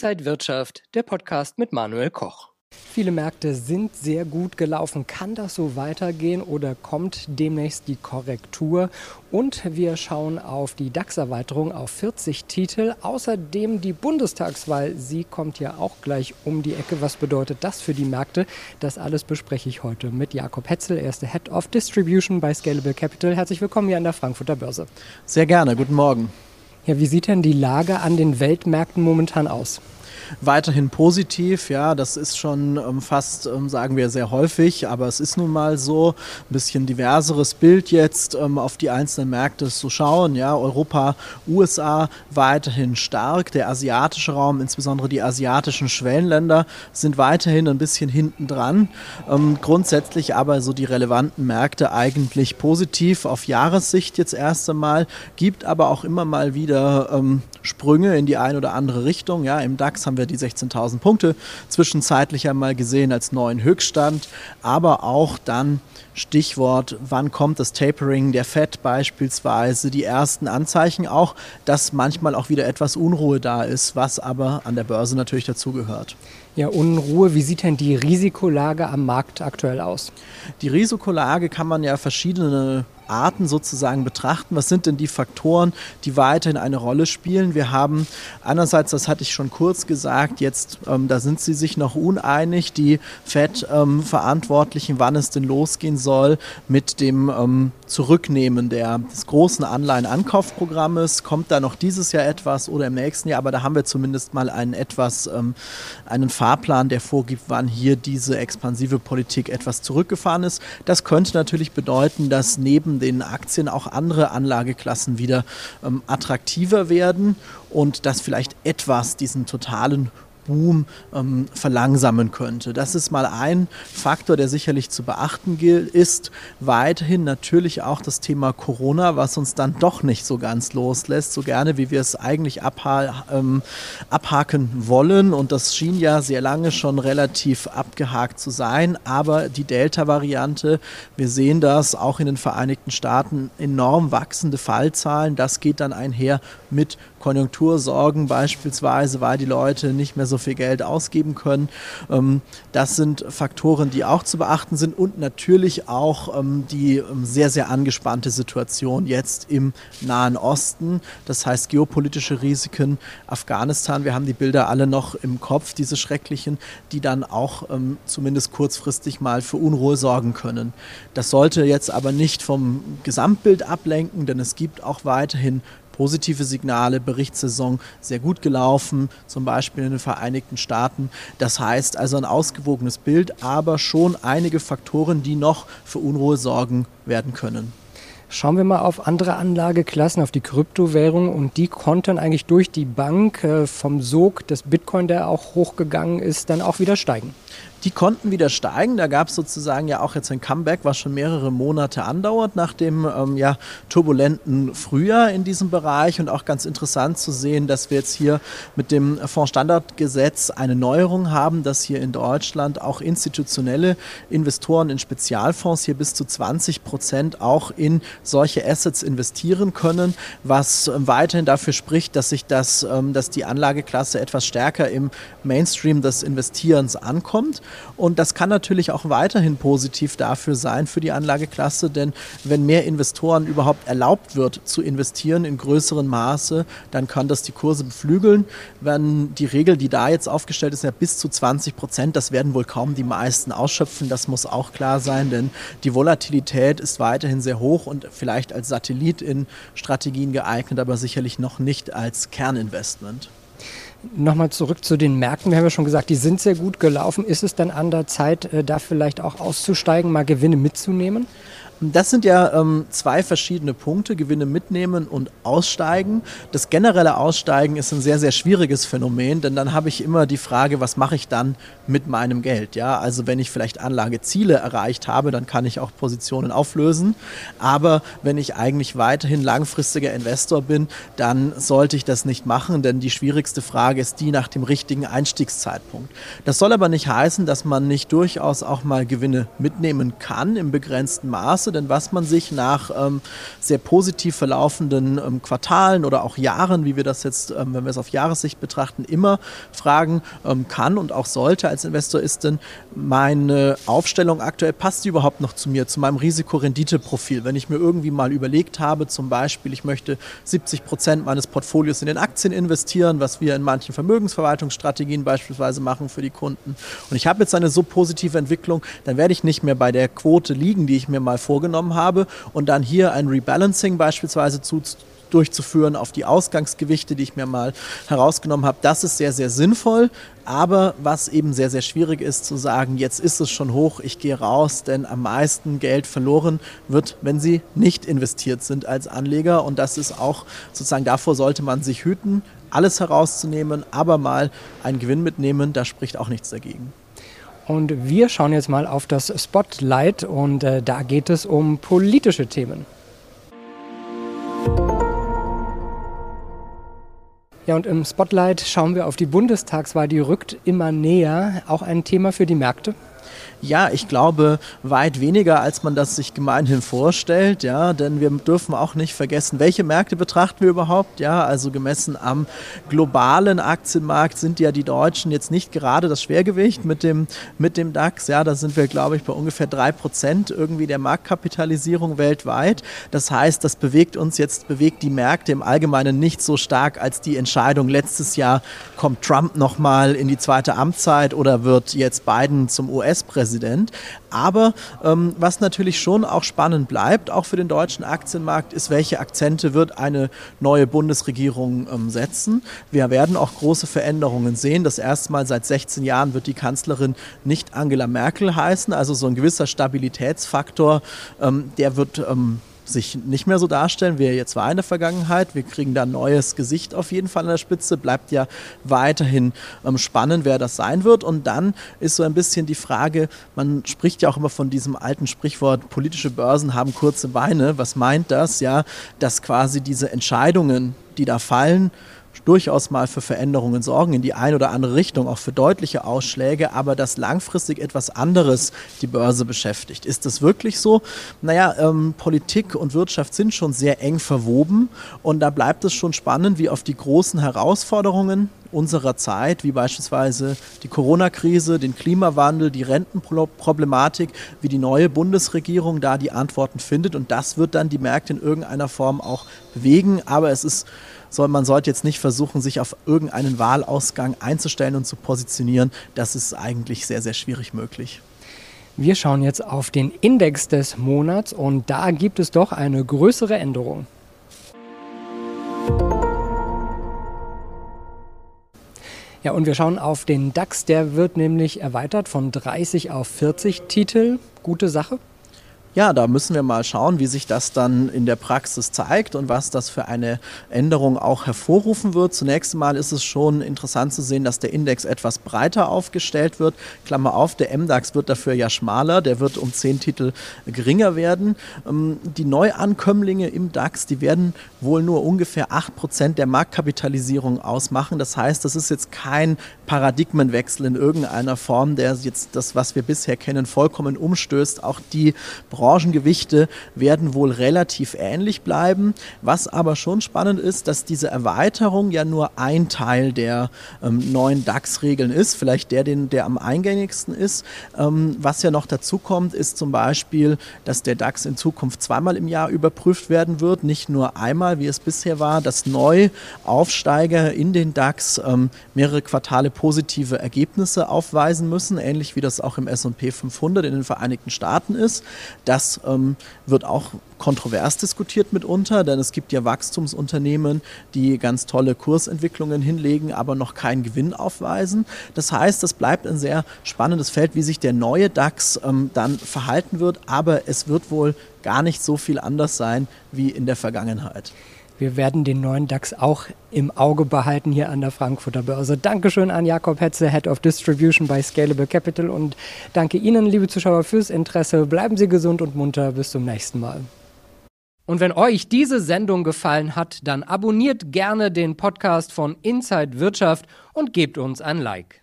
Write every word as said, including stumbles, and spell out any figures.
Inside Wirtschaft, der Podcast mit Manuel Koch. Viele Märkte sind sehr gut gelaufen. Kann das so weitergehen oder kommt demnächst die Korrektur? Und wir schauen auf die DAX-Erweiterung auf vierzig Titel. Außerdem die Bundestagswahl, sie kommt ja auch gleich um die Ecke. Was bedeutet das für die Märkte? Das alles bespreche ich heute mit Jakob Hetzel. Er ist der Head of Distribution bei Scalable Capital. Herzlich willkommen hier an der Frankfurter Börse. Sehr gerne, guten Morgen. Ja, wie sieht denn die Lage an den Weltmärkten momentan aus? Weiterhin positiv, ja, das ist schon ähm, fast, ähm, sagen wir, sehr häufig, aber es ist nun mal so, ein bisschen diverseres Bild jetzt ähm, auf die einzelnen Märkte zu schauen, ja, Europa, U S A weiterhin stark, der asiatische Raum, insbesondere die asiatischen Schwellenländer sind weiterhin ein bisschen hinten dran, ähm, grundsätzlich aber so die relevanten Märkte eigentlich positiv auf Jahressicht jetzt erst einmal, gibt aber auch immer mal wieder ähm, Sprünge in die eine oder andere Richtung, ja, im DAX haben wir die sechzehntausend Punkte zwischenzeitlich einmal gesehen als neuen Höchststand, aber auch dann Stichwort, wann kommt das Tapering der Fed beispielsweise, die ersten Anzeichen auch, dass manchmal auch wieder etwas Unruhe da ist, was aber an der Börse natürlich dazugehört. Ja, Unruhe, wie sieht denn die Risikolage am Markt aktuell aus? Die Risikolage kann man ja verschiedene Arten sozusagen betrachten. Was sind denn die Faktoren, die weiterhin eine Rolle spielen? Wir haben einerseits, das hatte ich schon kurz gesagt, jetzt, ähm, da sind sie sich noch uneinig, die Fed-Verantwortlichen, ähm, wann es denn losgehen soll mit dem ähm, Zurücknehmen der, des großen Anleihen-Ankaufprogrammes. Kommt da noch dieses Jahr etwas oder im nächsten Jahr? Aber da haben wir zumindest mal einen etwas, ähm, einen Fahrplan, der vorgibt, wann hier diese expansive Politik etwas zurückgefahren ist. Das könnte natürlich bedeuten, dass neben den Aktien auch andere Anlageklassen wieder ähm, attraktiver werden und das vielleicht etwas diesen totalen Boom ähm, verlangsamen könnte. Das ist mal ein Faktor, der sicherlich zu beachten gilt, ist. Weiterhin natürlich auch das Thema Corona, was uns dann doch nicht so ganz loslässt, so gerne wie wir es eigentlich abha- ähm, abhaken wollen. Und das schien ja sehr lange schon relativ abgehakt zu sein. Aber die Delta-Variante, wir sehen das auch in den Vereinigten Staaten, enorm wachsende Fallzahlen. Das geht dann einher mit Konjunktursorgen beispielsweise, weil die Leute nicht mehr so viel Geld ausgeben können. Das sind Faktoren, die auch zu beachten sind und natürlich auch die sehr, sehr angespannte Situation jetzt im Nahen Osten. Das heißt geopolitische Risiken, Afghanistan, wir haben die Bilder alle noch im Kopf, diese schrecklichen, die dann auch zumindest kurzfristig mal für Unruhe sorgen können. Das sollte jetzt aber nicht vom Gesamtbild ablenken, denn es gibt auch weiterhin positive Signale, Berichtssaison sehr gut gelaufen, zum Beispiel in den Vereinigten Staaten. Das heißt also ein ausgewogenes Bild, aber schon einige Faktoren, die noch für Unruhe sorgen werden können. Schauen wir mal auf andere Anlageklassen, auf die Kryptowährung, und die konnten eigentlich durch die Bank äh, vom Sog des Bitcoin, der auch hochgegangen ist, dann auch wieder steigen. Die konnten wieder steigen. Da gab es sozusagen ja auch jetzt ein Comeback, was schon mehrere Monate andauert nach dem ähm, ja, turbulenten Frühjahr in diesem Bereich. Und auch ganz interessant zu sehen, dass wir jetzt hier mit dem Fondsstandardgesetz eine Neuerung haben, dass hier in Deutschland auch institutionelle Investoren in Spezialfonds hier bis zu zwanzig Prozent auch in solche Assets investieren können, was ähm, weiterhin dafür spricht, dass sich das, ähm, dass die Anlageklasse etwas stärker im Mainstream des Investierens ankommt. Und das kann natürlich auch weiterhin positiv dafür sein für die Anlageklasse, denn wenn mehr Investoren überhaupt erlaubt wird zu investieren in größerem Maße, dann kann das die Kurse beflügeln. Wenn die Regel, die da jetzt aufgestellt ist, ja bis zu zwanzig Prozent, das werden wohl kaum die meisten ausschöpfen, das muss auch klar sein, denn die Volatilität ist weiterhin sehr hoch und vielleicht als Satellit in Strategien geeignet, aber sicherlich noch nicht als Kerninvestment. Nochmal zurück zu den Märkten. Wir haben ja schon gesagt, die sind sehr gut gelaufen. Ist es dann an der Zeit, da vielleicht auch auszusteigen, mal Gewinne mitzunehmen? Das sind ja ähm, zwei verschiedene Punkte, Gewinne mitnehmen und aussteigen. Das generelle Aussteigen ist ein sehr, sehr schwieriges Phänomen, denn dann habe ich immer die Frage, was mache ich dann mit meinem Geld? Ja, also wenn ich vielleicht Anlageziele erreicht habe, dann kann ich auch Positionen auflösen. Aber wenn ich eigentlich weiterhin langfristiger Investor bin, dann sollte ich das nicht machen, denn die schwierigste Frage ist die nach dem richtigen Einstiegszeitpunkt. Das soll aber nicht heißen, dass man nicht durchaus auch mal Gewinne mitnehmen kann im begrenzten Maße. denn was man sich nach ähm, sehr positiv verlaufenden ähm, Quartalen oder auch Jahren, wie wir das jetzt, ähm, wenn wir es auf Jahressicht betrachten, immer fragen ähm, kann und auch sollte als Investor, ist denn meine Aufstellung aktuell, passt die überhaupt noch zu mir, zu meinem Risikorenditeprofil? Wenn ich mir irgendwie mal überlegt habe, zum Beispiel, ich möchte siebzig Prozent meines Portfolios in den Aktien investieren, was wir in manchen Vermögensverwaltungsstrategien beispielsweise machen für die Kunden. Und ich habe jetzt eine so positive Entwicklung, dann werde ich nicht mehr bei der Quote liegen, die ich mir mal vorgenommen habe und dann hier ein Rebalancing beispielsweise zu durchzuführen auf die Ausgangsgewichte, die ich mir mal herausgenommen habe. Das ist sehr, sehr sinnvoll, aber was eben sehr, sehr schwierig ist, zu sagen, jetzt ist es schon hoch, ich gehe raus, denn am meisten Geld verloren wird, wenn Sie nicht investiert sind als Anleger und das ist auch sozusagen, davor sollte man sich hüten, alles herauszunehmen, aber mal einen Gewinn mitnehmen, da spricht auch nichts dagegen. Und wir schauen jetzt mal auf das Spotlight und äh, da geht es um politische Themen. Ja, und im Spotlight schauen wir auf die Bundestagswahl, die rückt immer näher. Auch ein Thema für die Märkte? Ja, ich glaube, weit weniger, als man das sich gemeinhin vorstellt, ja, denn wir dürfen auch nicht vergessen, welche Märkte betrachten wir überhaupt, ja, also gemessen am globalen Aktienmarkt sind ja die Deutschen jetzt nicht gerade das Schwergewicht mit dem, mit dem DAX, ja, da sind wir, glaube ich, bei ungefähr drei Prozent irgendwie der Marktkapitalisierung weltweit, das heißt, das bewegt uns jetzt, bewegt die Märkte im Allgemeinen nicht so stark als die Entscheidung letztes Jahr, kommt Trump nochmal in die zweite Amtszeit oder wird jetzt Biden zum U S-Präsident. Aber ähm, was natürlich schon auch spannend bleibt, auch für den deutschen Aktienmarkt, ist, welche Akzente wird eine neue Bundesregierung ähm, setzen. Wir werden auch große Veränderungen sehen. Das erste Mal seit sechzehn Jahren wird die Kanzlerin nicht Angela Merkel heißen. Also so ein gewisser Stabilitätsfaktor, ähm, der wird ähm, sich nicht mehr so darstellen, wie er jetzt war in der Vergangenheit. Wir kriegen da ein neues Gesicht auf jeden Fall an der Spitze. Bleibt ja weiterhin ähm, spannend, wer das sein wird. Und dann ist so ein bisschen die Frage, man spricht ja auch immer von diesem alten Sprichwort, politische Börsen haben kurze Beine. Was meint das? Ja, dass quasi diese Entscheidungen, die da fallen, durchaus mal für Veränderungen sorgen in die eine oder andere Richtung, auch für deutliche Ausschläge, aber dass langfristig etwas anderes die Börse beschäftigt. Ist das wirklich so? Naja, ähm, Politik und Wirtschaft sind schon sehr eng verwoben und da bleibt es schon spannend, wie auf die großen Herausforderungen unserer Zeit, wie beispielsweise die Corona-Krise, den Klimawandel, die Rentenproblematik, wie die neue Bundesregierung da die Antworten findet und das wird dann die Märkte in irgendeiner Form auch bewegen, aber es ist soll, man sollte jetzt nicht versuchen, sich auf irgendeinen Wahlausgang einzustellen und zu positionieren. Das ist eigentlich sehr, sehr schwierig möglich. Wir schauen jetzt auf den Index des Monats und da gibt es doch eine größere Änderung. Ja, und wir schauen auf den DAX, der wird nämlich erweitert von dreißig auf vierzig Titel. Gute Sache. Ja, da müssen wir mal schauen, wie sich das dann in der Praxis zeigt und was das für eine Änderung auch hervorrufen wird. Zunächst einmal ist es schon interessant zu sehen, dass der Index etwas breiter aufgestellt wird. Klammer auf, der M DAX wird dafür ja schmaler, der wird um zehn Titel geringer werden. Die Neuankömmlinge im DAX, die werden wohl nur ungefähr acht Prozent der Marktkapitalisierung ausmachen. Das heißt, das ist jetzt kein Paradigmenwechsel in irgendeiner Form, der jetzt das, was wir bisher kennen, vollkommen umstößt. Auch die Branchengewichte werden wohl relativ ähnlich bleiben. Was aber schon spannend ist, dass diese Erweiterung ja nur ein Teil der ähm, neuen DAX-Regeln ist, vielleicht der, den, der am eingängigsten ist. Ähm, was ja noch dazu kommt, ist zum Beispiel, dass der DAX in Zukunft zweimal im Jahr überprüft werden wird, nicht nur einmal, wie es bisher war, dass Neuaufsteiger in den DAX ähm, mehrere Quartale positive Ergebnisse aufweisen müssen, ähnlich wie das auch im S und P fünfhundert in den Vereinigten Staaten ist. Das ähm, wird auch kontrovers diskutiert mitunter, denn es gibt ja Wachstumsunternehmen, die ganz tolle Kursentwicklungen hinlegen, aber noch keinen Gewinn aufweisen. Das heißt, es bleibt ein sehr spannendes Feld, wie sich der neue DAX ähm, dann verhalten wird, aber es wird wohl gar nicht so viel anders sein wie in der Vergangenheit. Wir werden den neuen DAX auch im Auge behalten hier an der Frankfurter Börse. Dankeschön an Jakob Hetze, Head of Distribution bei Scalable Capital und danke Ihnen, liebe Zuschauer, fürs Interesse. Bleiben Sie gesund und munter. Bis zum nächsten Mal. Und wenn euch diese Sendung gefallen hat, dann abonniert gerne den Podcast von Inside Wirtschaft und gebt uns ein Like.